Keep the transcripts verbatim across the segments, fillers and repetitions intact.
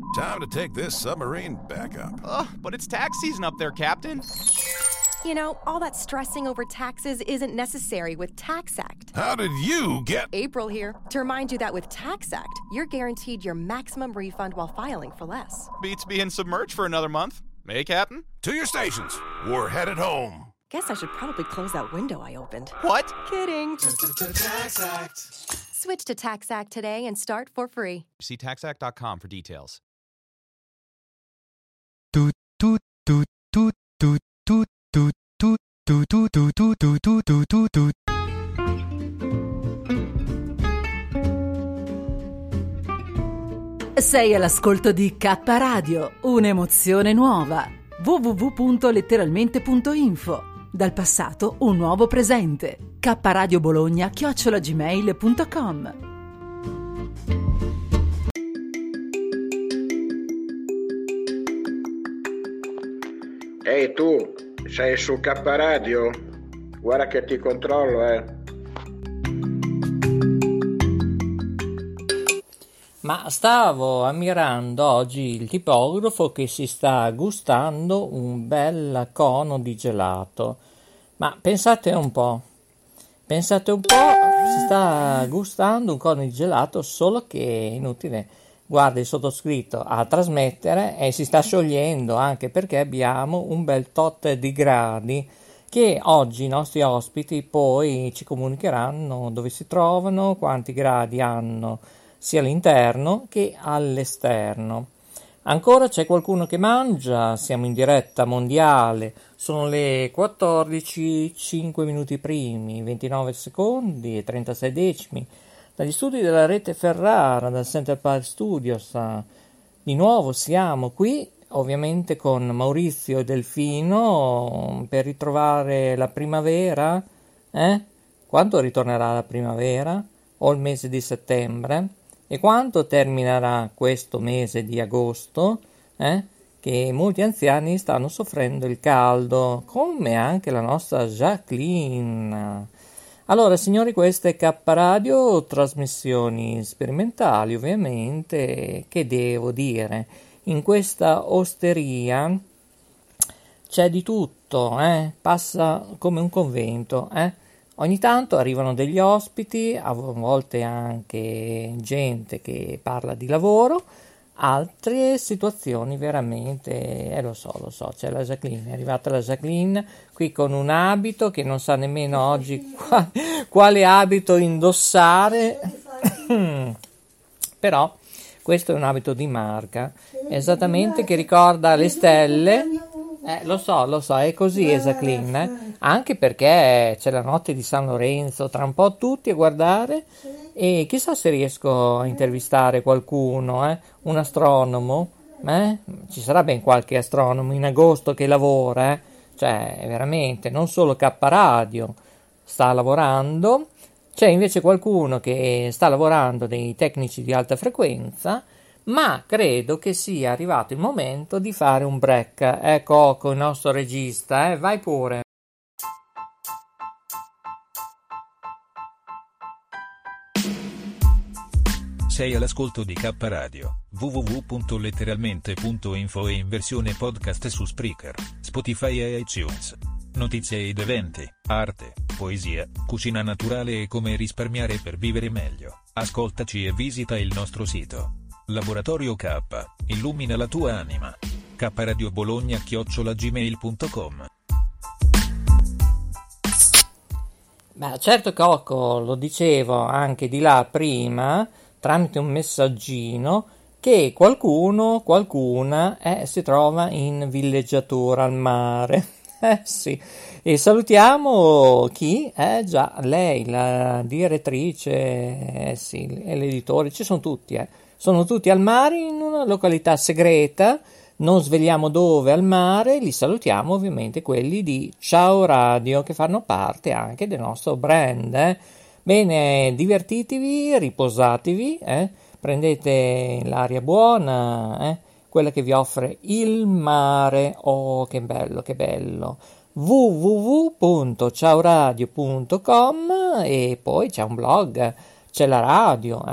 Time to take this submarine back up. Ugh, but it's tax season up there, Captain. You know, all that stressing over taxes isn't necessary with TaxAct. How did you get... April here to remind you that with TaxAct, you're guaranteed your maximum refund while filing for less. Beats being submerged for another month. Hey, Captain? To your stations. We're headed home. Guess I should probably close that window I opened. What? Kidding. TaxAct. Switch to TaxAct today and start for free. See tax act dot com for details. Toot toot toot toot toot toot toot toot toot toot toot toot toot toot toot. Sei all'ascolto di K Radio, un'emozione nuova. w w w punto letteralmente punto info. Dal passato un nuovo presente. K Radio Bologna chiocciola gmail punto com. Ehi tu, sei su K Radio? Guarda che ti controllo, eh. Ma stavo ammirando oggi il tipografo che si sta gustando un bel cono di gelato. Ma pensate un po', pensate un po', si sta gustando un cono di gelato, solo che è inutile. Guarda il sottoscritto a trasmettere e si sta sciogliendo, anche perché abbiamo un bel tot di gradi che oggi i nostri ospiti poi ci comunicheranno dove si trovano, quanti gradi hanno sia all'interno che all'esterno. Ancora c'è qualcuno che mangia, siamo in diretta mondiale, sono le quattordici, cinque minuti primi, ventinove secondi e trentasei decimi, dagli studi della rete Ferrara, dal Center Park Studios. Di nuovo siamo qui, ovviamente con Maurizio e Delfino, per ritrovare la primavera. Eh? Quando ritornerà la primavera? O il mese di settembre? E quanto terminerà questo mese di agosto, eh? Che molti anziani stanno soffrendo il caldo, come anche la nostra Jacqueline. Allora, signori, questa è K Radio, trasmissioni sperimentali, ovviamente, che devo dire, in questa osteria c'è di tutto, eh? Passa come un convento, eh? Ogni tanto arrivano degli ospiti, a volte anche gente che parla di lavoro, altre situazioni veramente, eh lo so, lo so, c'è la Jacqueline, è arrivata la Jacqueline qui con un abito che non sa nemmeno oggi qua, quale abito indossare, però questo è un abito di marca, esattamente, che ricorda le stelle. Eh, lo so, lo so, è così, Jacqueline, eh? Anche perché c'è la notte di San Lorenzo, tra un po' tutti a guardare, e chissà se riesco a intervistare qualcuno, eh? Un astronomo, eh? Ci sarà ben qualche astronomo in agosto che lavora, eh? Cioè, veramente, non solo K Radio sta lavorando, c'è invece qualcuno che sta lavorando, dei tecnici di alta frequenza, ma credo che sia arrivato il momento di fare un break. Ecco Occo, il nostro regista, eh? Vai pure. Sei all'ascolto di K Radio, w w w punto letteralmente punto info e in versione podcast su Spreaker, Spotify e iTunes. Notizie ed eventi, arte, poesia, cucina naturale e come risparmiare per vivere meglio. Ascoltaci e visita il nostro sito. Laboratorio K, illumina la tua anima. K Radio Bologna chiocciola gmail punto com. Beh, certo che Occo, lo dicevo anche di là prima, tramite un messaggino, che qualcuno, qualcuna, eh, si trova in villeggiatura al mare. Eh sì, e salutiamo chi? Eh già, lei, la direttrice, eh sì, e l'editore, ci sono tutti, eh. Sono tutti al mare in una località segreta, non sveliamo dove al mare, li salutiamo ovviamente quelli di Ciao Radio che fanno parte anche del nostro brand. Eh. Bene, divertitevi, riposatevi, eh. Prendete l'aria buona, eh. Quella che vi offre il mare. Oh, che bello, che bello. w w w punto ciaoradio punto com e poi c'è un blog, c'è la radio, eh. La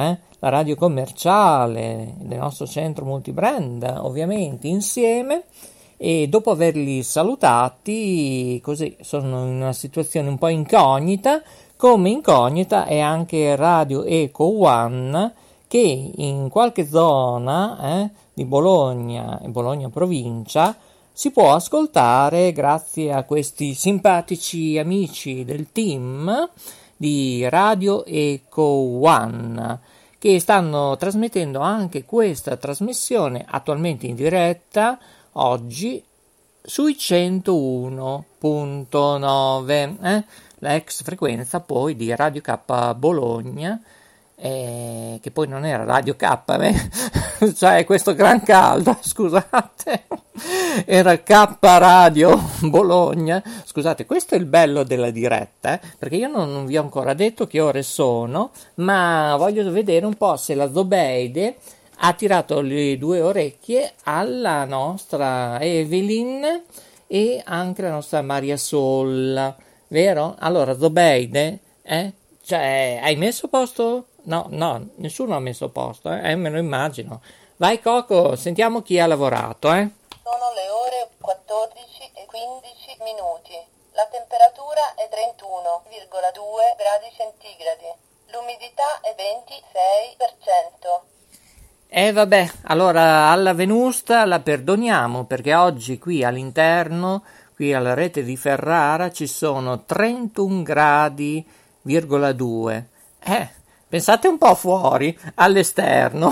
la radio commerciale del nostro centro multibrand, ovviamente insieme. E dopo averli salutati, così sono in una situazione un po' incognita, come incognita è anche Radio Eco One, che in qualche zona eh, di Bologna e Bologna provincia si può ascoltare grazie a questi simpatici amici del team di Radio Eco One, che stanno trasmettendo anche questa trasmissione attualmente in diretta oggi sui centouno virgola nove, eh? La ex frequenza poi di Radio K Bologna, eh, che poi non era Radio K, eh? Cioè questo gran caldo, scusate, era K Radio Bologna. Scusate, questo è il bello della diretta, eh? Perché io non, non vi ho ancora detto che ore sono, ma voglio vedere un po' se la Zobeide ha tirato le due orecchie alla nostra Evelyn e anche alla nostra Maria Sol, vero? Allora, Zobeide, eh? Cioè, hai messo a posto? No, no, nessuno ha messo a posto, eh? Eh, me lo immagino. Vai Coco, sentiamo chi ha lavorato, eh? Sono le ore quattordici e quindici minuti. La temperatura è trentuno virgola due gradi centigradi. L'umidità è ventisei per cento. E eh vabbè, allora alla Venusta la perdoniamo perché oggi qui all'interno, qui alla rete di Ferrara, ci sono trentuno gradi virgola due. Eh, pensate un po' fuori, all'esterno.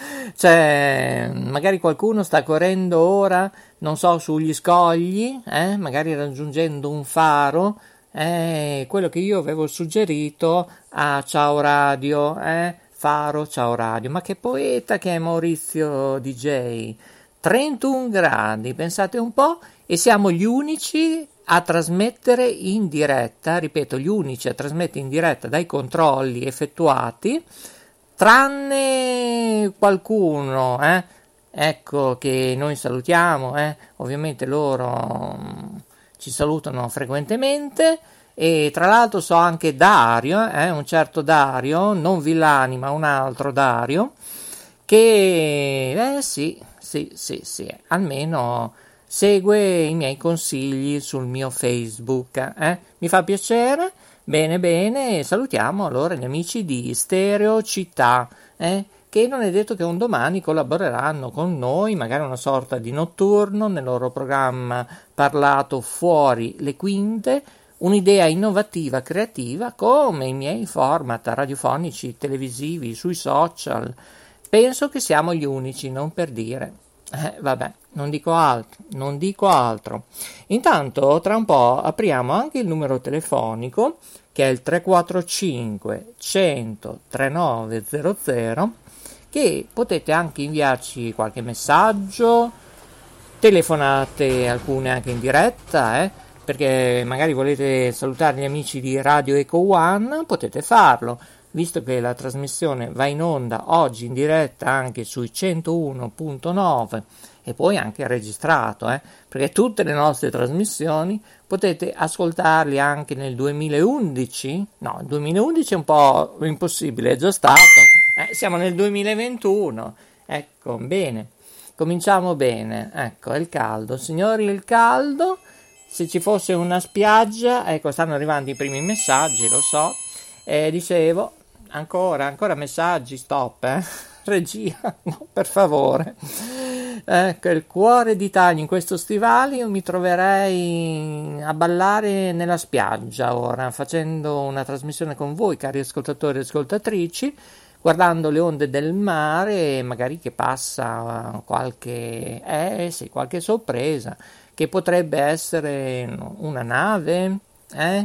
Cioè, magari qualcuno sta correndo ora, non so, sugli scogli, eh, magari raggiungendo un faro, eh, quello che io avevo suggerito a Ciao Radio, eh. Faro, Ciao Radio, ma che poeta che è Maurizio D J, trentuno gradi, pensate un po', e siamo gli unici a trasmettere in diretta, ripeto, gli unici a trasmettere in diretta dai controlli effettuati, tranne qualcuno, eh? Ecco che noi salutiamo, eh? Ovviamente loro um, ci salutano frequentemente. E tra l'altro so anche Dario, eh, un certo Dario, non Villani ma un altro Dario, che eh sì, sì, sì, sì, almeno segue i miei consigli sul mio Facebook, eh? Mi fa piacere, bene bene, salutiamo allora gli amici di Stereo Città, eh? Che non è detto che un domani collaboreranno con noi, magari una sorta di notturno nel loro programma parlato fuori le quinte. Un'idea innovativa, creativa, come i miei format radiofonici, televisivi, sui social. Penso che siamo gli unici, non per dire. Eh, vabbè, non dico altro, non dico altro. Intanto, tra un po' apriamo anche il numero telefonico, che è il tre quattro cinque cento trentanove zero zero, che potete anche inviarci qualche messaggio, telefonate alcune anche in diretta, eh? Perché magari volete salutare gli amici di Radio Eco One, potete farlo, visto che la trasmissione va in onda oggi in diretta anche sui centouno virgola nove e poi anche registrato, eh? Perché tutte le nostre trasmissioni potete ascoltarle anche nel duemilaundici, no, il duemilaundici è un po' impossibile, è già stato, eh? Siamo nel duemilaventuno, ecco, bene, cominciamo bene, ecco, è il caldo, signori, il caldo. Se ci fosse una spiaggia, ecco, stanno arrivando i primi messaggi, lo so, e dicevo, ancora, ancora messaggi, stop, eh, regia, no, per favore, ecco, il cuore d'Italia in questo stivale, io mi troverei a ballare nella spiaggia ora, facendo una trasmissione con voi, cari ascoltatori e ascoltatrici, guardando le onde del mare, magari che passa qualche, eh sì, qualche sorpresa, che potrebbe essere una nave, eh?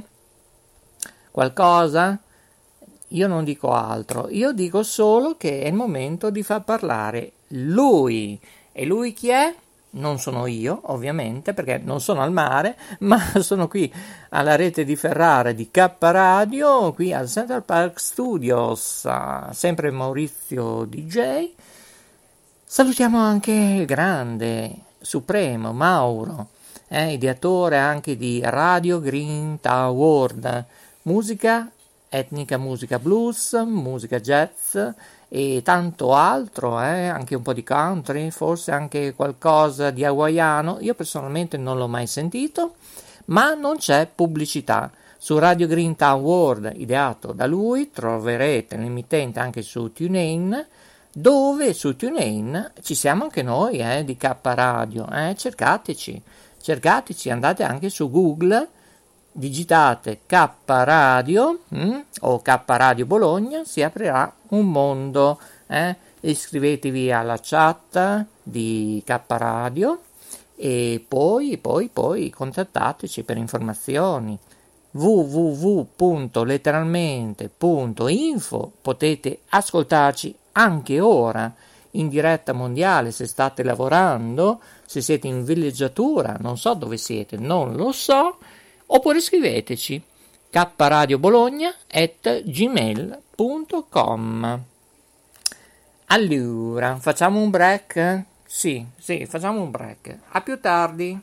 Qualcosa? Io non dico altro, io dico solo che è il momento di far parlare lui. E lui chi è? Non sono io, ovviamente, perché non sono al mare, ma sono qui alla rete di Ferrara di K Radio, qui al Central Park Studios, sempre Maurizio D J. Salutiamo anche il grande, supremo Mauro, eh, ideatore anche di Radio Green Award, musica etnica, musica blues, musica jazz e tanto altro, eh? Anche un po' di country, forse anche qualcosa di hawaiano. Io personalmente non l'ho mai sentito, ma non c'è pubblicità. Su Radio Greentown World, ideato da lui, troverete l'emittente anche su TuneIn, dove su TuneIn ci siamo anche noi, eh, di K Radio, eh? cercateci, cercateci, andate anche su Google, digitate K Radio hm, o K Radio Bologna, si aprirà un mondo, eh? Iscrivetevi alla chat di K Radio e poi, poi, poi contattateci per informazioni. w w w punto letteralmente punto info. Potete ascoltarci anche ora in diretta mondiale se state lavorando, se siete in villeggiatura, non so dove siete, non lo so, oppure scriveteci kradiobologna at gmail punto com. Allora, facciamo un break? Sì, sì, facciamo un break. A più tardi.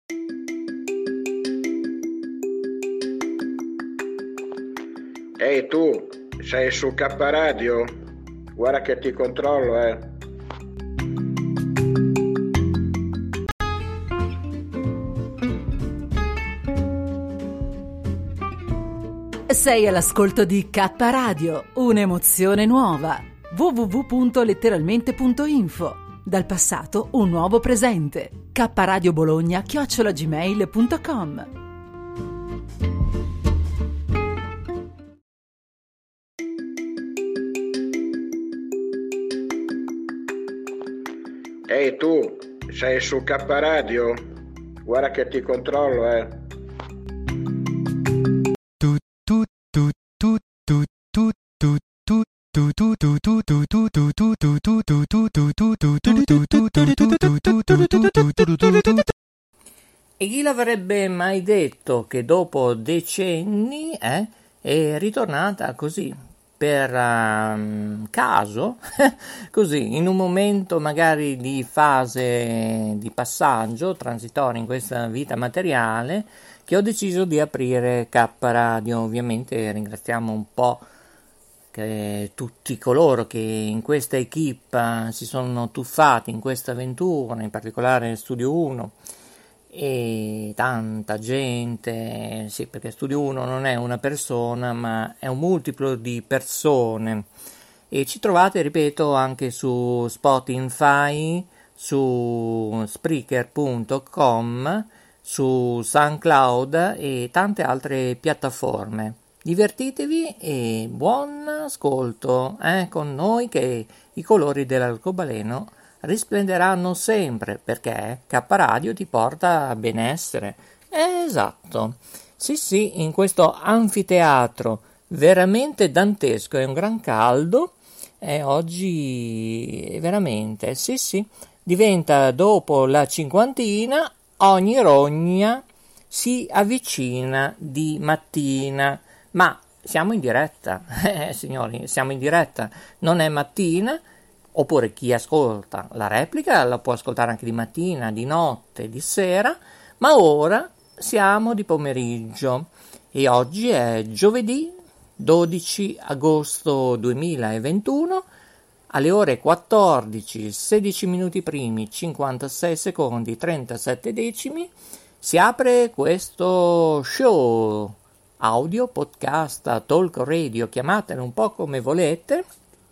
Ehi tu, sei su K Radio? Guarda che ti controllo, eh. Sei all'ascolto di K Radio, un'emozione nuova. w w w punto letteralmente punto info. Dal passato un nuovo presente. kradiobologna chiocciola gmail punto com. Ehi tu, sei su K Radio? Guarda che ti controllo, eh. E chi l'avrebbe mai detto che dopo decenni eh, è ritornata così, per um, caso, così, in un momento magari di fase di passaggio transitorio in questa vita materiale, che ho deciso di aprire K Radio. Ovviamente ringraziamo un po' che tutti coloro che in questa equipe si sono tuffati in questa avventura, in particolare Studio uno, e tanta gente, sì, perché Studio uno non è una persona ma è un multiplo di persone, e ci trovate, ripeto, anche su Spotify, su Spreaker punto com, su SoundCloud e tante altre piattaforme. Divertitevi e buon ascolto eh, con noi, che i colori dell'arcobaleno risplenderanno sempre, perché K Radio ti porta a benessere. Esatto, sì sì, in questo anfiteatro veramente dantesco, è un gran caldo, e oggi veramente, sì sì, diventa, dopo la cinquantina, ogni rogna si avvicina di mattina, ma siamo in diretta, eh, signori, siamo in diretta, non è mattina. Oppure chi ascolta la replica la può ascoltare anche di mattina, di notte, di sera, ma ora siamo di pomeriggio e oggi è giovedì dodici agosto duemilaventuno, alle ore quattordici, sedici minuti primi, cinquantasei secondi, trentasette decimi, si apre questo show audio, podcast, talk radio, chiamatelo un po' come volete.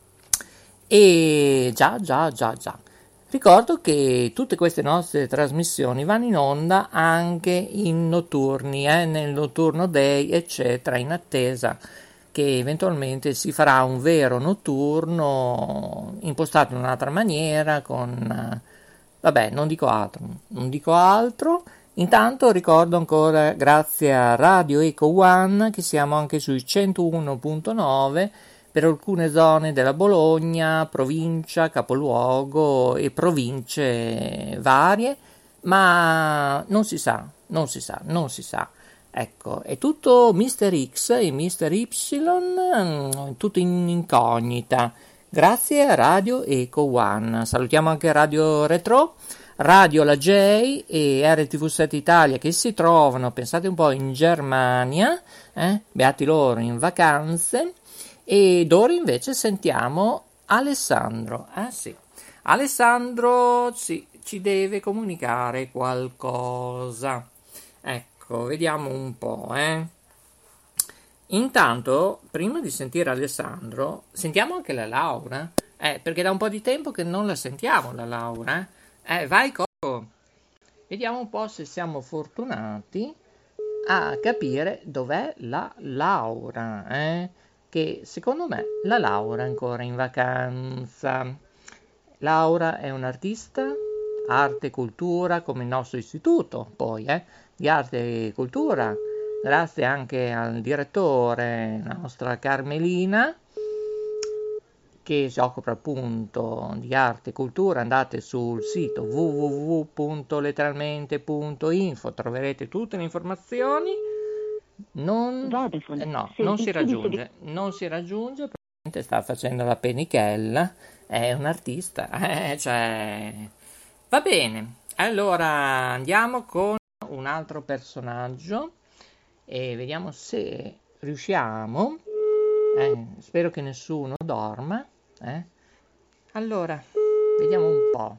E già, già, già, già. Ricordo che tutte queste nostre trasmissioni vanno in onda anche in notturni, eh, nel notturno day, eccetera, in attesa che eventualmente si farà un vero notturno impostato in un'altra maniera, con... vabbè, non dico altro, non dico altro. Intanto ricordo ancora, grazie a Radio Eco One, che siamo anche sui centouno virgola nove, per alcune zone della Bologna, provincia, capoluogo e province varie, ma non si sa, non si sa, non si sa. Ecco, è tutto mister X e mister Y, tutto in incognita. Grazie a Radio Eco One. Salutiamo anche Radio Retro, Radio La J e R T V sette Italia, che si trovano, pensate un po', in Germania, eh? Beati loro, in vacanze. Ed ora invece sentiamo Alessandro, eh sì, Alessandro ci, ci deve comunicare qualcosa. Ecco, vediamo un po', eh. Intanto, prima di sentire Alessandro, sentiamo anche la Laura, eh, perché da un po' di tempo che non la sentiamo, la Laura. Eh, vai, Coco. Vediamo un po' se siamo fortunati a capire dov'è la Laura, eh? Che secondo me la Laura è ancora in vacanza. Laura è un'artista, arte e cultura, come il nostro istituto, poi, eh, di arte e cultura, grazie anche al direttore, la nostra Carmelina, che si occupa appunto di arte e cultura. Andate sul sito w w w punto letteralmente punto info, troverete tutte le informazioni. Non, eh, no, non si raggiunge, non si raggiunge, probabilmente sta facendo la penichella, è un artista, eh, cioè, va bene. Allora andiamo con un altro personaggio e vediamo se riusciamo, eh, spero che nessuno dorma, eh. Allora, vediamo un po'.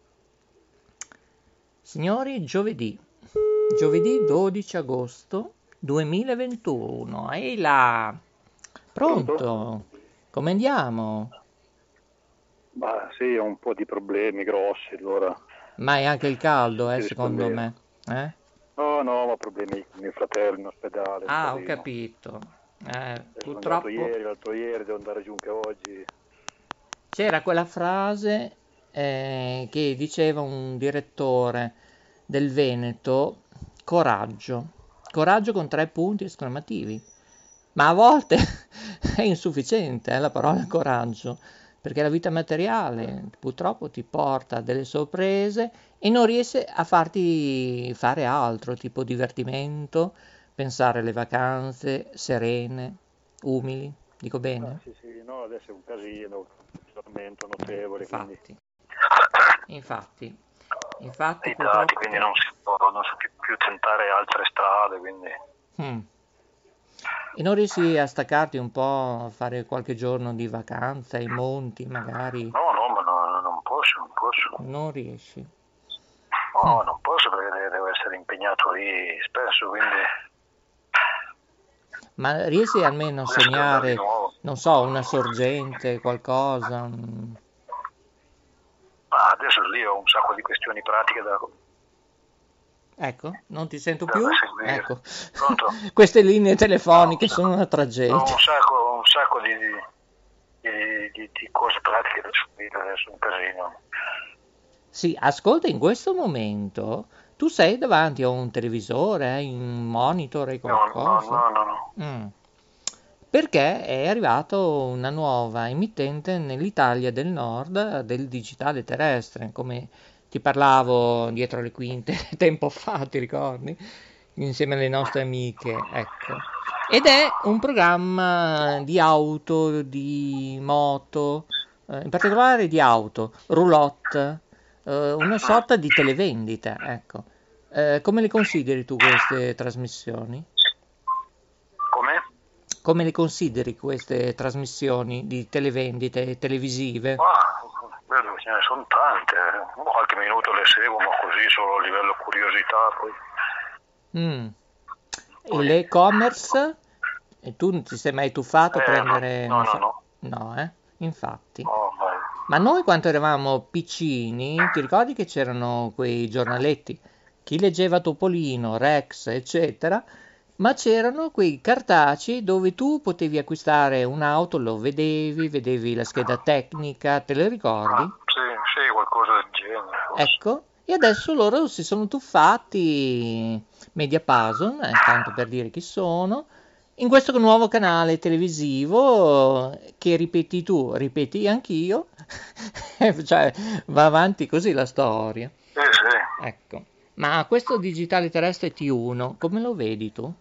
Signori, giovedì, giovedì dodici agosto duemilaventuno, ehi là, pronto? Come andiamo? Ma sì, ho un po' di problemi grossi, allora. Ma è anche il caldo, eh, Sì, secondo problemi. me. Eh? No, no, ma problemi con mio fratello in ospedale. un Ah, ho casino. capito. Eh, Sono andato purtroppo ieri, l'altro ieri, devo andare giù anche oggi. c'era quella frase eh, che diceva un direttore del Veneto, coraggio. Coraggio con tre punti esclamativi, ma a volte è insufficiente eh, la parola coraggio, perché la vita materiale purtroppo ti porta a delle sorprese e non riesce a farti fare altro, tipo divertimento, pensare alle vacanze serene, umili, dico bene? Ah, sì, sì, no, adesso è un casino, un tormento notevole, quindi... Infatti, infatti, infatti I purtroppo... dati, quindi non si può, non si può più tentare altre strade, quindi... Mm. E non riesci a staccarti un po', a fare qualche giorno di vacanza ai monti, magari? No, no, ma no, non posso, non posso. Non riesci. No, non posso perché devo essere impegnato lì spesso, quindi... Ma riesci almeno a Riesco ad andare sognare, di nuovo. non so, una sorgente, qualcosa? un- Ah, adesso lì ho un sacco di questioni pratiche da... Ecco, non ti sento da più? seguire. Ecco. Pronto? Queste linee telefoniche sono una Ho tragedia. un sacco, un sacco di, di, di, di cose pratiche da seguire, adesso un casino. Sì, ascolta, in questo momento tu sei davanti a un televisore, hai un monitor, hai No, no, qualcosa? no, no, no. Mm. Perché è arrivato una nuova emittente nell'Italia del Nord del digitale terrestre, come ti parlavo dietro le quinte tempo fa, ti ricordi? Insieme alle nostre amiche, ecco. Ed è un programma di auto, di moto, eh, in particolare di auto, roulotte, eh, una sorta di televendita, ecco. Eh, come le consideri tu queste trasmissioni? Come? Come le consideri queste trasmissioni di televendite televisive? Ah, vedo che ce ne sono tante, qualche minuto le seguo, ma così solo a livello curiosità, poi... Mm. E l'e-commerce? E tu non ti sei mai tuffato a Eh, prendere... no, non no, so- no. No, eh? Infatti. No, ma... Ma noi quando eravamo piccini, ti ricordi che c'erano quei giornaletti? Chi leggeva Topolino, Rex, eccetera, ma c'erano quei cartacei dove tu potevi acquistare un'auto, lo vedevi, vedevi la scheda tecnica, te le ricordi? Sì, sì, qualcosa del genere. forse. Ecco, e adesso loro si sono tuffati, Mediapason, eh, tanto per dire chi sono, in questo nuovo canale televisivo che ripeti tu, ripeti anch'io, cioè va avanti così la storia. Sì, sì. Ecco, ma questo digitale terrestre T uno, come lo vedi tu?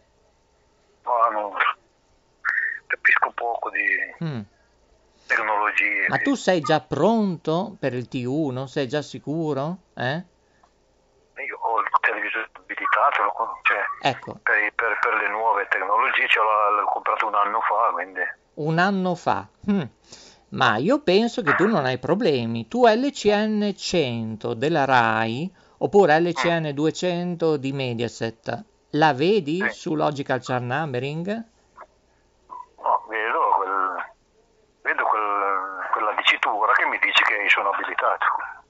Ma no, capisco poco di Mm. tecnologie. Ma di- tu sei già pronto per il T uno? Sei già sicuro? Eh? Io ho il televisore abilitato, lo con- cioè, Ecco, per, i- per- per le nuove tecnologie ce l'ho, l'ho comprato un anno fa, quindi... un anno fa. Mm. ma io penso che tu non hai problemi. Tu L C N cento della Rai oppure L C N duecento di Mediaset, la vedi Sì. su Logical Chart Numbering? No, vedo, quel, vedo quel, quella dicitura che mi dice che sono abilitato.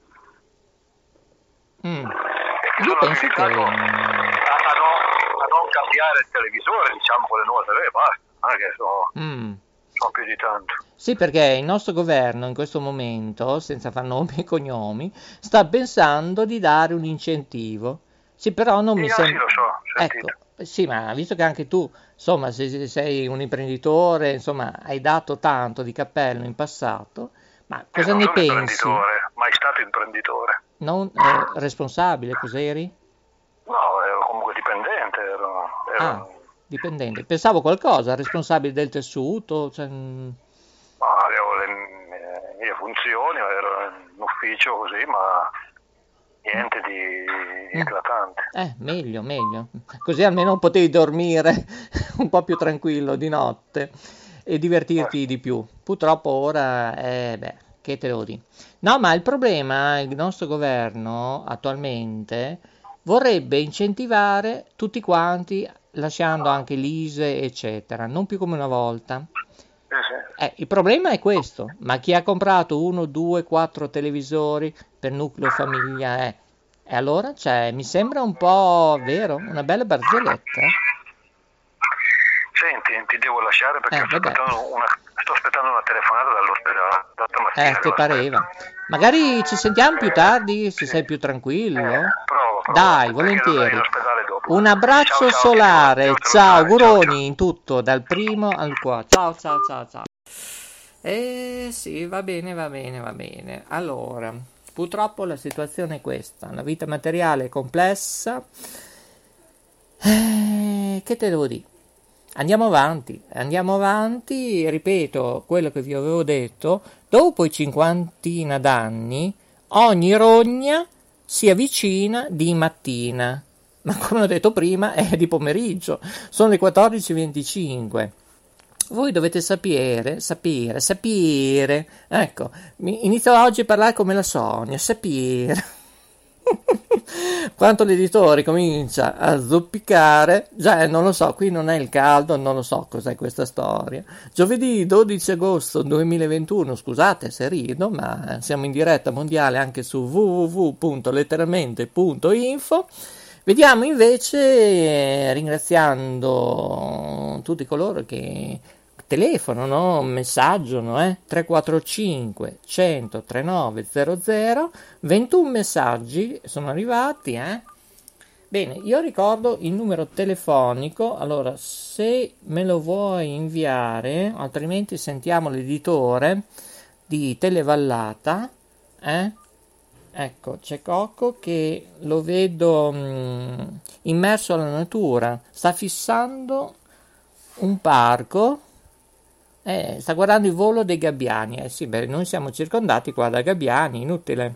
Mm. E che Io sono penso che... abilitato a, a non, a non cambiare il televisore, diciamo, con le nuove tele, basta, non è che sono, Mm. sono più di tanto. Sì, perché il nostro governo in questo momento, senza far nomi e cognomi, sta pensando di dare un incentivo. Sì, però non mi Sì, ah, sembra... sì, lo so, ho sentito. Ecco, sì, ma visto che anche tu, insomma, se se sei un imprenditore, insomma, hai dato tanto di cappello in passato, ma cosa Io non ne sono pensi? imprenditore, mai stato imprenditore. Non eh, responsabile, cos'eri? No, ero comunque dipendente, ero, ero Ah, dipendente. Pensavo qualcosa, responsabile del tessuto, cioè... mm, ma avevo le mie, mie funzioni, ero in ufficio così, ma niente di eclatante. Eh, meglio, meglio. Così almeno potevi dormire un po' più tranquillo di notte e divertirti di più. Purtroppo ora, eh, beh, che te lo dico. No, ma il problema, il nostro governo attualmente vorrebbe incentivare tutti quanti, lasciando anche l'I S E, eccetera, non più come una volta. Sì, sì. Eh, il problema è questo, ma chi ha comprato uno, due, quattro televisori per nucleo famiglia è? E allora, cioè, mi sembra un po' vero, una bella barzelletta. Senti, ti devo lasciare perché Eh, sto, vabbè. aspettando una, sto aspettando una telefonata dall'ospedale da stamattina. Eh, che pareva. Magari ci sentiamo più tardi, se sei più tranquillo. Provo, provo, Dai, perché devo andare volentieri. in ospedale dopo. Un abbraccio Ciao, ciao, solare. ti devo Ciao, salutare. auguroni in tutto, dal primo al quarto. Ciao, ciao, ciao, ciao. Eh sì, va bene, va bene, va bene. Allora, purtroppo la situazione è questa. La vita materiale è complessa. Eh, che te devo dire? Andiamo avanti, andiamo avanti, ripeto quello che vi avevo detto, dopo i cinquantina d'anni ogni rogna si avvicina di mattina, ma come ho detto prima è di pomeriggio, sono le quattordici e venticinque. Voi dovete sapere, sapere, sapere, ecco, mi- inizio oggi a parlare come la Sonia, sapere. Quanto l'editore comincia a zoppicare, già eh, non lo so, qui non è il caldo, non lo so cos'è questa storia. Giovedì dodici agosto duemilaventuno, scusate se rido, ma siamo in diretta mondiale anche su w w w punto letteralmente punto info. Vediamo invece, eh, ringraziando tutti coloro che telefonano, messaggiano, eh? tre quattro cinque cento trentanove zero zero, ventuno messaggi sono arrivati, eh? Bene, io ricordo il numero telefonico, allora se me lo vuoi inviare, altrimenti sentiamo l'editore di Televallata, eh? Ecco, c'è Cocco che lo vedo mh, immerso alla natura, sta fissando un parco. Eh, sta guardando il volo dei gabbiani. Eh sì, beh, noi siamo circondati qua da gabbiani, inutile.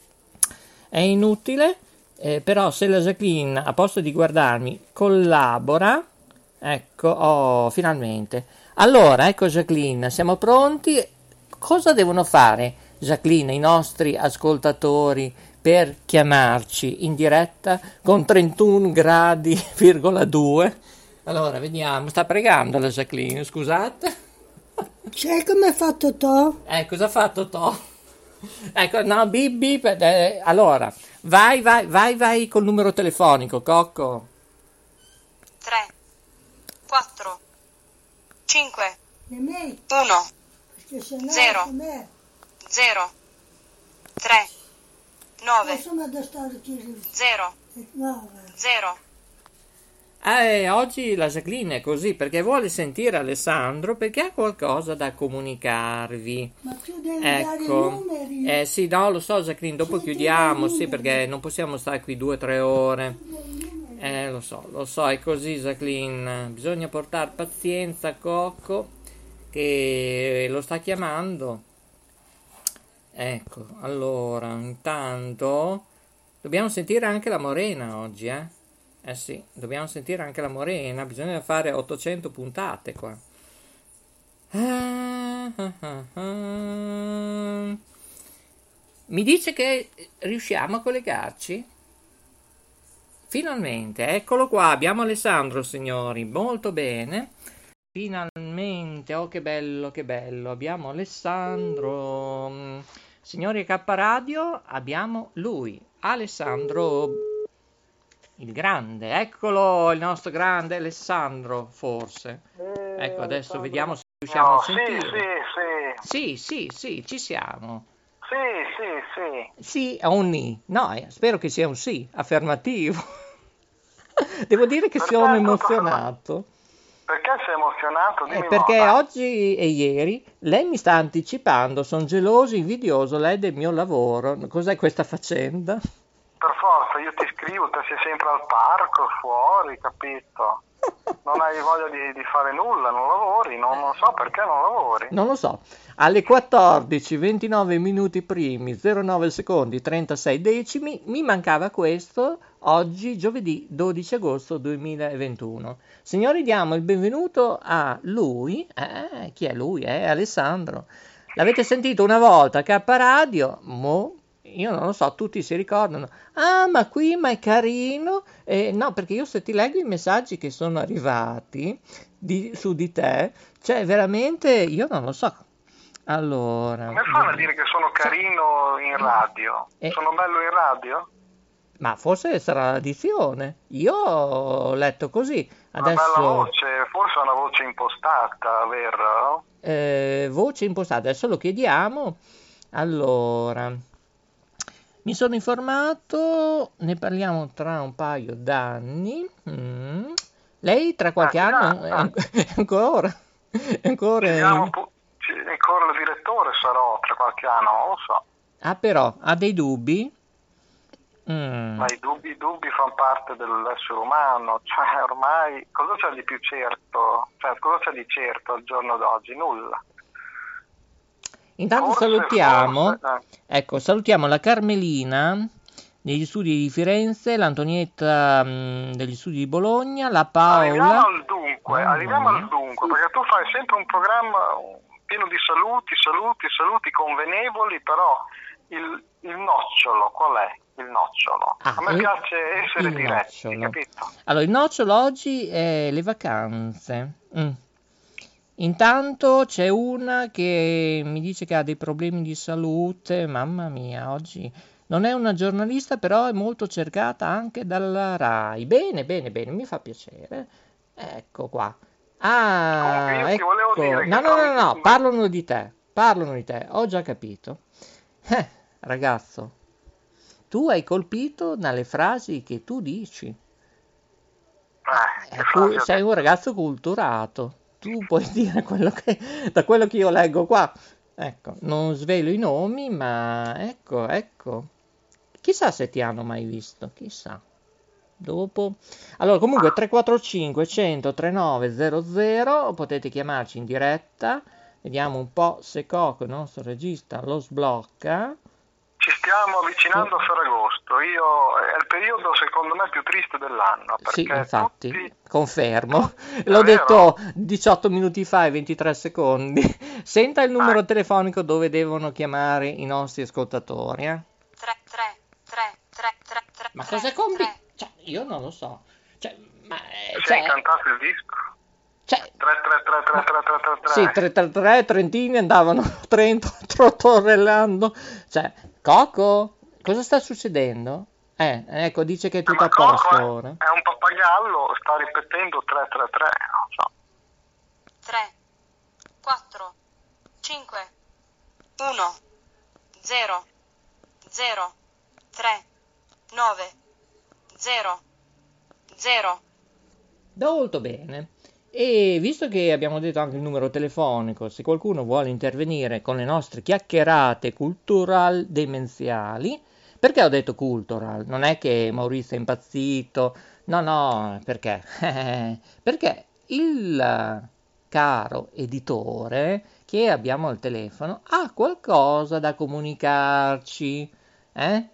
È inutile, eh, però se la Jacqueline, a posto di guardarmi, collabora, ecco, oh, finalmente. Allora, ecco Jacqueline, siamo pronti. Cosa devono fare, Jacqueline, i nostri ascoltatori per chiamarci in diretta con trentuno gradi, virgola due? Allora, vediamo, sta pregando la Jacqueline, scusate. Sai come ha fatto To? Eh, cosa ha fatto To? Ecco, no, bip bip, eh, allora, vai, vai, vai, vai col numero telefonico, Cocco. tre, quattro, cinque, uno, uno, zero, zero, tre, nove, zero, zero. Eh, oggi la Jacqueline è così perché vuole sentire Alessandro perché ha qualcosa da comunicarvi. Ma tu devi dare i Ecco, numeri. eh sì, no, lo so Jacqueline, dopo chiudiamo, sì, perché non possiamo stare qui due o tre ore. Eh, lo so, lo so, è così Jacqueline, bisogna portare pazienza a Cocco che lo sta chiamando. Ecco, allora, intanto dobbiamo sentire anche la Morena oggi, eh? Eh sì, dobbiamo sentire anche la Morena, bisogna fare ottocento puntate qua. Ah, Mi dice che riusciamo a collegarci? Finalmente, eccolo qua, abbiamo Alessandro, signori, molto bene. Finalmente, oh che bello, che bello, abbiamo Alessandro. Signori K Radio, abbiamo lui, Alessandro, il grande, eccolo, il nostro grande Alessandro, forse. Ecco, adesso vediamo se riusciamo No, a sì, sentire. sì, Sì, sì, sì, ci siamo. sì, sì, sì. Sì, è un ni. No, eh, spero che sia un sì, affermativo. Devo dire che Perché sono è tutto emozionato. Perché sei emozionato? Dimmi Eh, perché no, oggi e ieri lei mi sta anticipando, sono geloso, invidioso, lei del mio lavoro. Cos'è questa faccenda? per forza, io ti scrivo, te sei sempre al parco, fuori, capito? Non hai voglia di, di fare nulla, non lavori, non, non so perché non lavori. Non lo so. Alle quattordici, ventinove minuti primi, zero nove secondi, trentasei decimi, mi mancava questo, oggi giovedì dodici agosto duemilaventuno. Signori, diamo il benvenuto a lui, eh, chi è lui? È Alessandro. L'avete sentito una volta a K Radio? Mo, io non lo so, tutti si ricordano. Ah, ma qui, ma è carino. Eh, no, perché io se ti leggo i messaggi che sono arrivati di, su di te, cioè veramente, io non lo so. Allora... Come fanno a dire che sono carino in radio? Eh. Sono bello in radio? Ma forse sarà l'addizione. Io ho letto così. Una Adesso... bella voce, forse è una voce impostata, vero? Eh, voce impostata, adesso lo chiediamo. Allora, mi sono informato, ne parliamo tra un paio d'anni. Mm. Lei tra qualche Ah, anno ah, è, ah. an- è ancora, è ancora, Vediamo pu- ci- ancora il direttore sarò tra qualche anno, non lo so. ah però, ha dei dubbi? Mm. Ma i dubbi, i dubbi fanno parte dell'essere umano, cioè ormai cosa c'è di più certo? Cioè cosa c'è di certo al giorno d'oggi? Nulla. Intanto Forse, salutiamo, forse, ecco, salutiamo la Carmelina degli studi di Firenze, l'Antonietta mh, degli studi di Bologna, la Arriviamo Paola. al dunque, Mamma arriviamo mia. al dunque, perché tu fai sempre un programma pieno di saluti, saluti, saluti convenevoli, però il, il nocciolo, qual è il nocciolo? Ah, A me il- piace essere il diretti, nocciolo. capito? Allora, il nocciolo oggi è le vacanze. Mm. Intanto c'è una che mi dice che ha dei problemi di salute, mamma mia, oggi non è una giornalista, però è molto cercata anche dalla Rai. Bene, bene, bene, mi fa piacere. Ecco qua. Ah, Comunque io ti volevo ecco. dire che No, no, no, trovi- no, parlano di te, parlano di te, ho già capito. Eh, ragazzo, tu hai colpito dalle frasi che tu dici. Eh, che Eh, tu frase- sei un ragazzo culturato, tu puoi dire quello che, da quello che io leggo qua. Ecco, non svelo i nomi, ma ecco, ecco. Chissà se ti hanno mai visto, chissà. Dopo. Allora, comunque tre quattro cinque cento trentanove zero zero, potete chiamarci in diretta. Vediamo un po' se Coco, il nostro regista, lo sblocca. Ci stiamo avvicinando a Ferragosto, io è il periodo secondo me più triste dell'anno, perché Sì, infatti, tutti- confermo. È L'ho vero? detto diciotto minuti fa e ventitré secondi. Senta il numero Ah. telefonico dove devono chiamare i nostri ascoltatori, eh? Ma cosa combi? Cioè, io non lo so. Cioè, ma eh, si è cioè, incantato il disco? cioè, tre tre tre tre tre tre tre tre. sì, tre tre tre, Trentini andavano Trento, trottorellando. Cioè, Coco, cosa sta succedendo? Eh, ecco, dice che è tutto Ma a posto Coco è, ora. è un pappagallo, sta ripetendo tre tre tre, non so. tre, quattro, cinque, uno, zero, zero, tre, nove, zero, zero. Molto bene. E visto che abbiamo detto anche il numero telefonico, se qualcuno vuole intervenire con le nostre chiacchierate cultural demenziali, perché ho detto cultural? Non è che Maurizio è impazzito, no, no, perché? Perché il caro editore che abbiamo al telefono ha qualcosa da comunicarci, eh?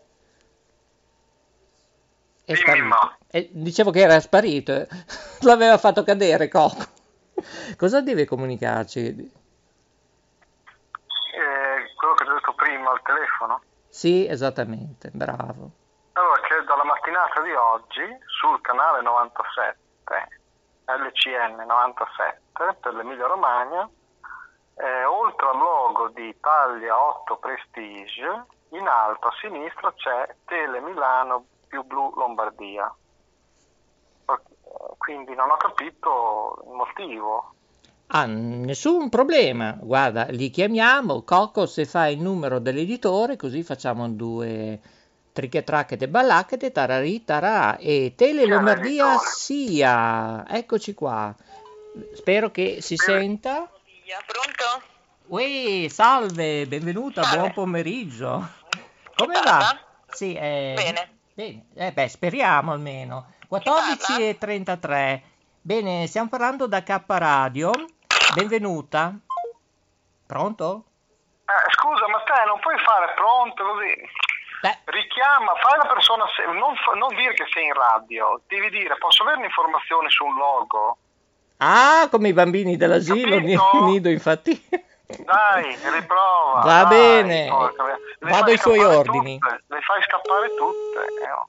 È Dimmi, sparito. ma. Eh, dicevo che era sparito, eh. L'aveva fatto cadere Coco. Cosa deve comunicarci? Sì, esattamente, bravo. Allora, che dalla mattinata di oggi sul canale novantasette, L C N novantasette per l'Emilia Romagna, eh, oltre al logo di Italia otto Prestige, in alto a sinistra c'è Tele Milano più Blu Lombardia. Quindi non ho capito il motivo. Ah, nessun problema. Guarda, li chiamiamo. Coco, se fai il numero dell'editore, così facciamo due tricche tracchete ballacchete, tararì tarà. E Tele Lombardia sia. Eccoci qua. Spero che si senta. Pronto? Uè, salve, benvenuta, Salve. buon pomeriggio. Come va? Sì, eh, Bene. Bene, eh beh, speriamo almeno. quattordici e trentatré. Bene, stiamo parlando da K Radio. Benvenuta. Pronto? Eh, scusa, ma te non puoi fare pronto così? Beh. Richiama, fai la persona, se- non, fa- non dire che sei in radio, devi dire posso avere un'informazione su un logo? Ah, come i bambini dell'asilo ni- Capito? nido, infatti. Dai, riprova. Va dai, bene, porca miseria. Le vado fai ai suoi scappare ordini. tutte, le fai scappare tutte. eh, oh.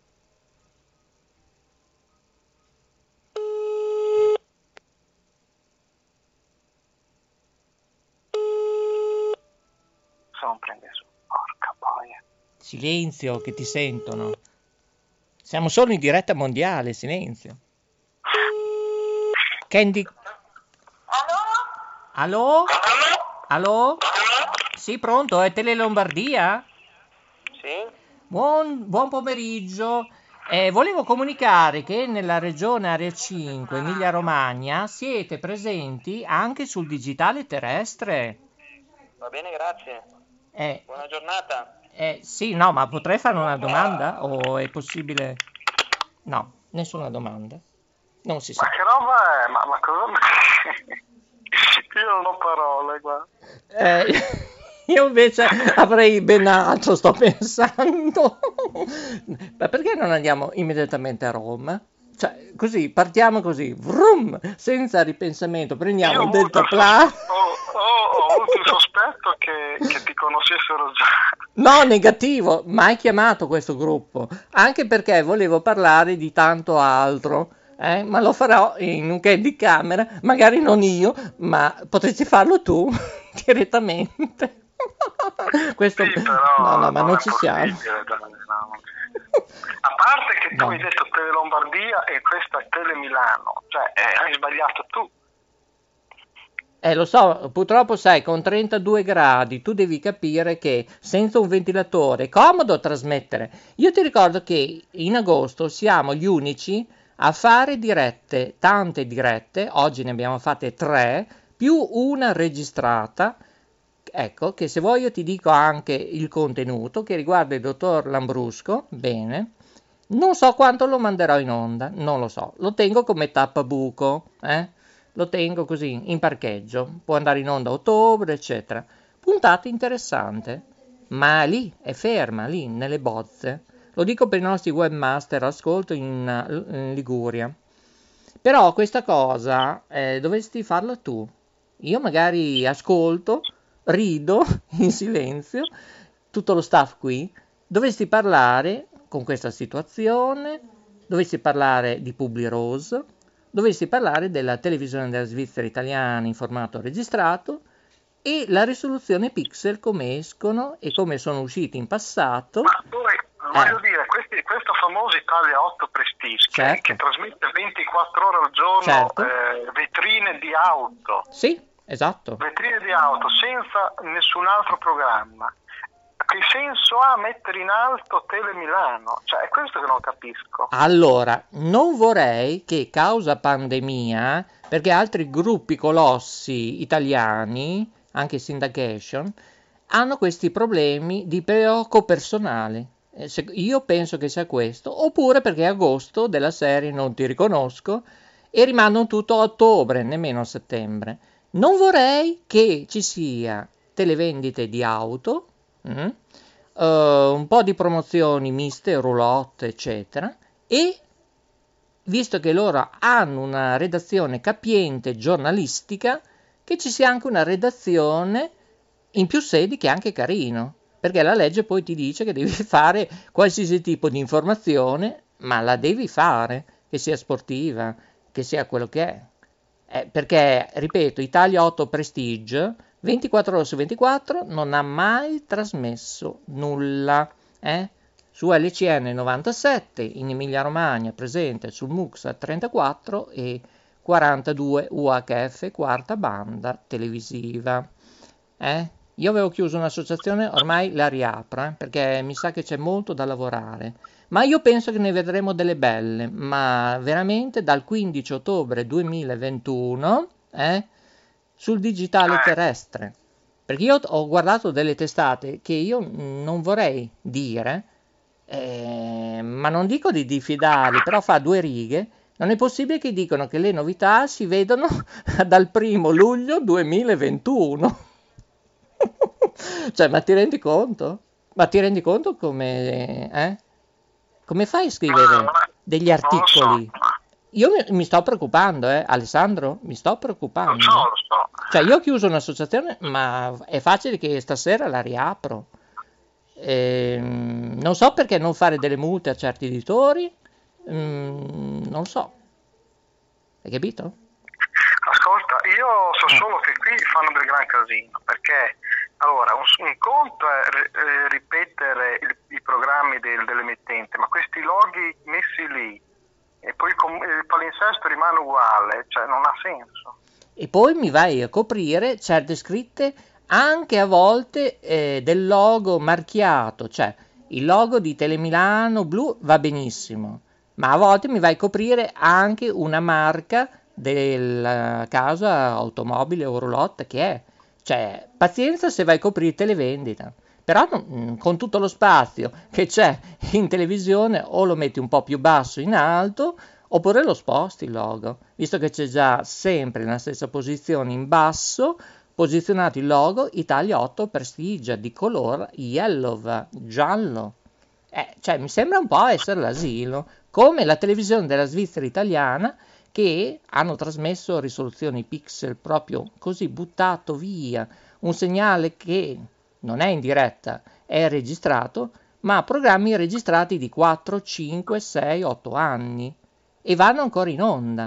Se non prende su, porca boia. Silenzio, che ti sentono. Siamo solo in diretta mondiale, silenzio. Candy... Allo? Allo? Sì, pronto, è Tele Lombardia? Sì? Buon, buon pomeriggio. Eh, volevo comunicare che nella regione Area cinque, Emilia Romagna, siete presenti anche sul digitale terrestre. Va bene, grazie. Eh, Buona giornata. eh, sì, no, ma potrei fare una domanda? O è possibile? No, nessuna domanda. Non si sa. Ma che roba è? Ma, ma cosa... Io non ho parole, guarda. Eh, io invece avrei ben altro, sto pensando. Ma perché non andiamo immediatamente a Roma? Cioè, così, partiamo così, vrum, senza ripensamento, prendiamo il deltaplano. Ho, ho, ho avuto il sospetto che, che ti conoscessero già. No, negativo, mai chiamato questo gruppo, anche perché volevo parlare di tanto altro, eh, ma lo farò in un candy camera, magari non io, ma potresti farlo tu direttamente. Questo... Sì, però no, no, ma non è ci siamo. possibile, dai, no. A parte che tu No. hai detto Tele Lombardia e questa è Tele Milano, cioè eh, hai sbagliato tu. Eh, lo so, purtroppo sai, con trentadue gradi tu devi capire che senza un ventilatore è comodo trasmettere. Io ti ricordo che in agosto siamo gli unici a fare dirette, tante dirette, oggi ne abbiamo fatte tre, più una registrata. Ecco, che se vuoi io ti dico anche il contenuto che riguarda il dottor Lambrusco, bene. Non so quanto lo manderò in onda, non lo so, lo tengo come tappabuco, eh? Lo tengo così, in parcheggio, può andare in onda a ottobre, eccetera. Puntata interessante, ma lì, è ferma, lì, nelle bozze. Lo dico per i nostri webmaster, ascolto in, in Liguria. Però questa cosa eh, dovresti farla tu. Io magari ascolto, rido in silenzio, tutto lo staff qui, dovresti parlare con questa situazione, dovresti parlare di Publirose, dovresti parlare della televisione della Svizzera italiana in formato registrato e la risoluzione pixel, come escono e come sono usciti in passato. Ma poi, voglio Eh. dire, questi, questo famoso Italia otto Prestige, che- Certo. che trasmette ventiquattro ore al giorno Certo. eh, vetrine di auto, Sì, esatto. vetrine di auto senza nessun altro programma. Che senso ha mettere in alto Tele Milano? Cioè, è questo che non capisco. Allora, non vorrei che causa pandemia, perché altri gruppi colossi italiani, anche syndication, hanno questi problemi di preocco personale. Eh, se- Io penso che sia questo, oppure perché è agosto della serie non ti riconosco e rimandano tutto a ottobre, nemmeno a settembre. Non vorrei che ci sia televendite di auto, mm, eh, un po' di promozioni miste, roulotte, eccetera, e visto che loro hanno una redazione capiente giornalistica, che ci sia anche una redazione in più sedi che è anche carino. perché la legge poi ti dice che devi fare qualsiasi tipo di informazione, ma la devi fare, che sia sportiva, che sia quello che è. Eh, perché, ripeto, Italia otto Prestige, ventiquattro ore su ventiquattro, non ha mai trasmesso nulla, eh? Su L C N novantasette, in Emilia Romagna presente sul MUX trentaquattro e quarantadue U H F, quarta banda televisiva. Eh? Io avevo chiuso un'associazione, ormai la riapro, eh, perché mi sa che c'è molto da lavorare. Ma io penso che ne vedremo delle belle, ma veramente dal quindici ottobre duemilaventuno, eh, sul digitale terrestre. Perché io ho guardato delle testate che io non vorrei dire, eh, ma non dico di diffidarli, però fa due righe. Non è possibile che dicono che le novità si vedono dal primo luglio duemilaventuno. Cioè, ma ti rendi conto? Ma ti rendi conto come, eh? Come fai a scrivere degli articoli? Io mi, mi sto preoccupando, eh, Alessandro, mi sto preoccupando. Lo so, lo so. Cioè, io ho chiuso un'associazione, ma è facile che stasera la riapro. Ehm, non so perché non fare delle multe a certi editori, mm, non so. Hai capito? Ascolta, io so Eh. solo che qui fanno del gran casino, perché allora un, un conto è ri- eh, ripetere il- i programmi del- dell'emittente, ma questi loghi messi lì e poi il, com- il palinsesto rimane uguale, cioè non ha senso. E poi mi vai a coprire certe scritte anche a volte eh, del logo marchiato, cioè il logo di Telemilano blu va benissimo, ma a volte mi vai a coprire anche una marca della casa automobile o roulotte che è. Cioè, pazienza se vai a coprire televendita, però non- con tutto lo spazio che c'è in televisione o lo metti un po' più basso in alto oppure lo sposti il logo, visto che c'è già sempre nella stessa posizione in basso posizionato il logo Italia otto Prestige di color yellow, giallo. Eh, cioè, mi sembra un po' essere l'asilo, come la televisione della Svizzera italiana, che hanno trasmesso risoluzioni pixel proprio così, buttato via, un segnale che non è in diretta, è registrato, ma programmi registrati di quattro, cinque, sei, otto anni e vanno ancora in onda.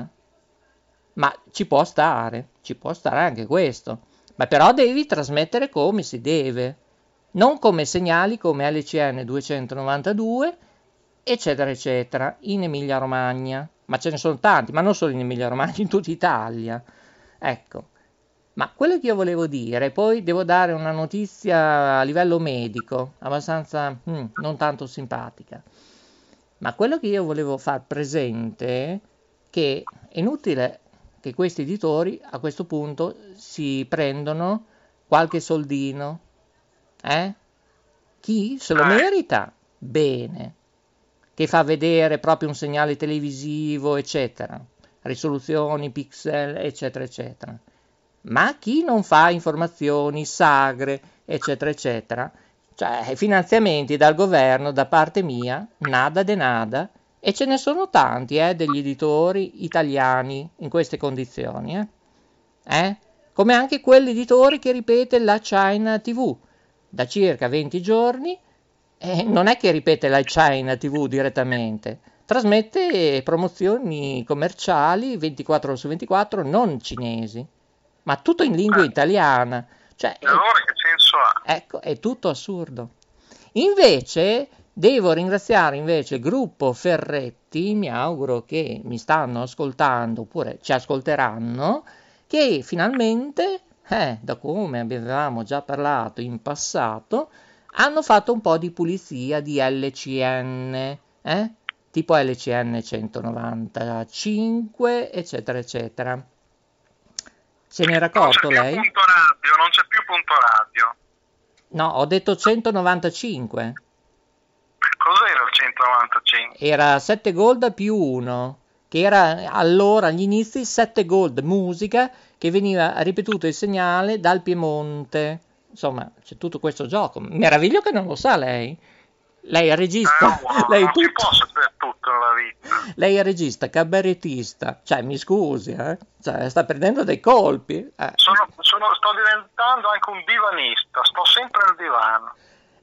Ma ci può stare, ci può stare anche questo, ma però devi trasmettere come si deve, non come segnali come L C N duecentonovantadue, eccetera, eccetera, in Emilia Romagna. Ma ce ne sono tanti, ma non solo in Emilia Romagna, in tutta Italia. Ecco, ma quello che io volevo dire, poi devo dare una notizia a livello medico, abbastanza mm, non tanto simpatica, ma quello che io volevo far presente che è inutile che questi editori a questo punto si prendono qualche soldino, eh? Chi se lo merita? Bene. Che fa vedere proprio un segnale televisivo, eccetera, risoluzioni, pixel, eccetera, eccetera. Ma chi non fa informazioni sagre, eccetera, eccetera, cioè finanziamenti dal governo, da parte mia, nada de nada, e ce ne sono tanti, eh, degli editori italiani in queste condizioni, eh? Eh? Come anche quell'editore che ripete la China tivù da circa venti giorni. Eh, non è che ripete la China tivù direttamente, trasmette promozioni commerciali ventiquattro ore su ventiquattro, non cinesi, ma tutto in lingua italiana. Cioè, E allora che senso ha? ecco, è tutto assurdo. Invece, devo ringraziare invece il gruppo Ferretti, mi auguro che mi stanno ascoltando, oppure ci ascolteranno, che finalmente, eh, da come avevamo già parlato in passato, hanno fatto un po' di pulizia di L C N, eh? Tipo L C N centonovantacinque, eccetera, eccetera. Se ne era accorto lei? Non c'è più punto radio, non c'è più punto radio. No, ho detto centonovantacinque. Cos'era il centonovantacinque? Era sette gold più uno, che era allora agli inizi sette gold musica, che veniva ripetuto il segnale dal Piemonte. Insomma, c'è tutto questo gioco. Meraviglio che non lo sa lei. Lei è regista. Eh, wow, lei, non tutto, si può sapere tutto nella vita. lei è regista, cabarettista. Cioè, mi scusi, eh? Cioè, sta prendendo dei colpi. Eh. Sono, sono- sto diventando anche un divanista, sto sempre nel divano.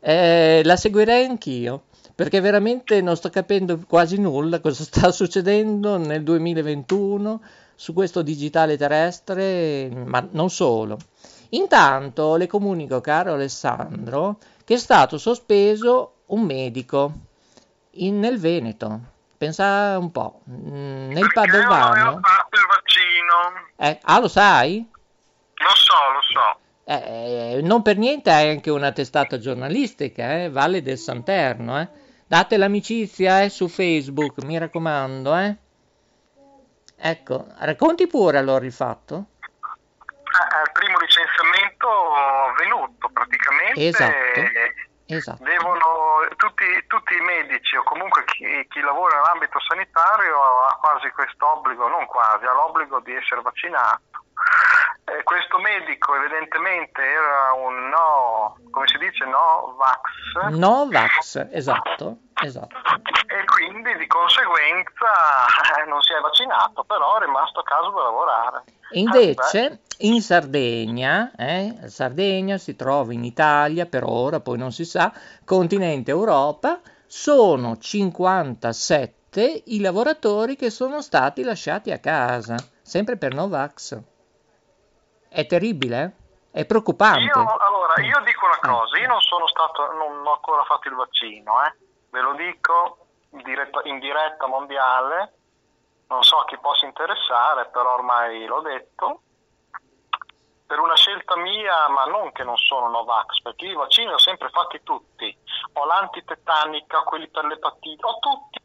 Eh, la seguirei anch'io, perché veramente non sto capendo quasi nulla cosa sta succedendo nel duemilaventuno su questo digitale terrestre, ma non solo. Intanto le comunico, caro Alessandro, che è stato sospeso un medico in, nel Veneto. Pensa un po', nel Padovano. Io non ho fatto il vaccino. Eh, ah, lo sai? Lo so, lo so. Eh, non per niente hai anche una testata giornalistica, eh? Valle del Santerno, eh? Date l'amicizia, eh, su Facebook, mi raccomando, eh? Ecco, racconti pure allora il fatto. Eh, il primo licenziamento avvenuto praticamente. Esatto, esatto. Devono, tutti, tutti i medici o comunque chi, chi lavora nell'ambito sanitario ha quasi questo obbligo, non quasi, ha l'obbligo di essere vaccinato. Eh, questo medico evidentemente era un no, come si dice, no vax. No vax, esatto, esatto. E quindi di conseguenza eh, non si è vaccinato, però è rimasto a casa da lavorare. Invece eh, in Sardegna, eh, Sardegna si trova in Italia per ora, poi non si sa, continente Europa, sono cinquantasette i lavoratori che sono stati lasciati a casa, sempre per no vax. È terribile? È preoccupante. Io, allora, io dico una cosa, io non sono stato, non ho ancora fatto il vaccino, eh. Ve lo dico in diretta, in diretta mondiale, non so a chi possa interessare, però ormai l'ho detto, per una scelta mia, ma non che non sono Novax, perché i vaccini li ho sempre fatti tutti, ho l'antitetanica, quelli per l'epatite, ho tutti.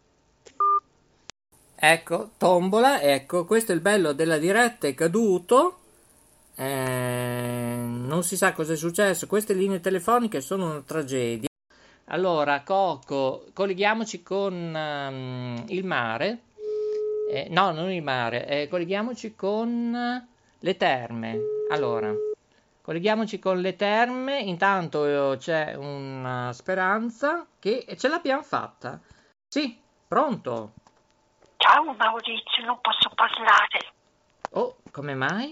Ecco, tombola, ecco, questo è il bello della diretta, è caduto. Eh, non si sa cosa è successo, queste linee telefoniche sono una tragedia. Allora, Coco, colleghiamoci con um, il mare, eh, no, non il mare, eh, colleghiamoci con le terme. Allora, colleghiamoci con le terme, intanto c'è una speranza che ce l'abbiamo fatta. Sì, pronto? Ciao Maurizio, non posso parlare. Oh, come mai?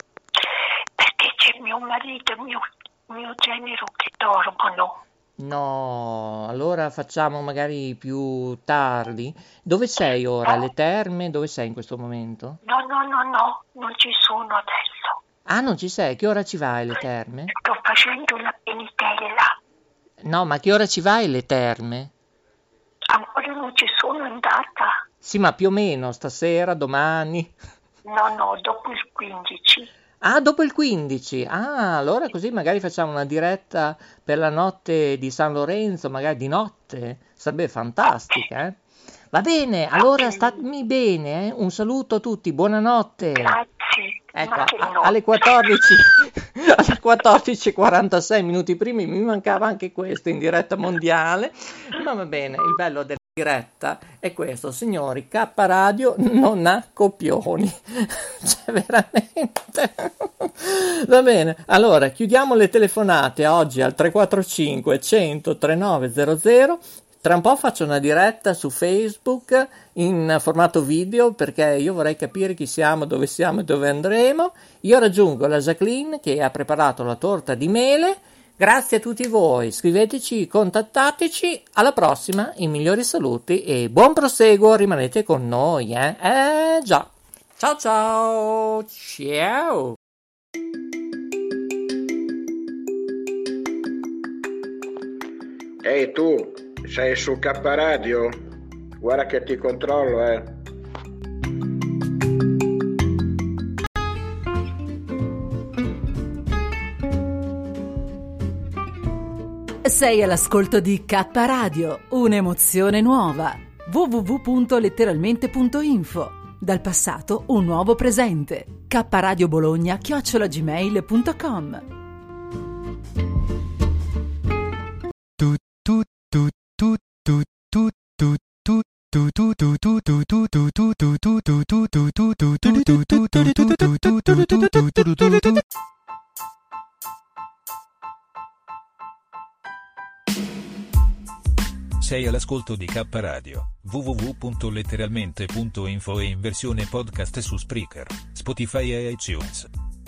Perché c'è mio marito e mio, mio genero che dormono. No, allora facciamo magari più tardi. Dove sei ora? Alle terme? Dove sei in questo momento? No, no, no, no, non ci sono adesso. Ah, non ci sei? Che ora ci vai alle terme? Sto facendo la penitella. No, ma che ora ci vai alle terme? Ancora non ci sono andata. Sì, ma più o meno, stasera, domani? No, no, dopo il quindici. Ah, dopo il quindici. Ah, allora così magari facciamo una diretta per la notte di San Lorenzo, magari di notte. Sarebbe fantastica, eh? Va bene, allora statemi bene, eh? Un saluto a tutti, buonanotte. Grazie. Ecco, a- alle quattordici, alle quattordici e quarantasei minuti primi mi mancava anche questo in diretta mondiale, ma va bene, il bello della diretta è questo, signori, K Radio non ha copioni, cioè veramente, va bene, allora chiudiamo le telefonate oggi al tre quattro cinque cento trentanove zero zero. Tra un po' faccio una diretta su Facebook in formato video perché io vorrei capire chi siamo, dove siamo e dove andremo. Io raggiungo la Jacqueline che ha preparato la torta di mele. Grazie a tutti voi, scriveteci, contattateci. Alla prossima, i migliori saluti e buon proseguo, rimanete con noi, eh? Eh già. Ciao ciao. Ciao. Ehi tu, sei su K Radio? Guarda che ti controllo, eh. Sei all'ascolto di K Radio, un'emozione nuova. w w w punto letteralmente punto info. Dal passato un nuovo presente. K Radio Bologna chiocciola gmail punto com. Sei all'ascolto di K Radio, w w w punto letteralmente punto info e in versione podcast su Spreaker, Spotify e iTunes.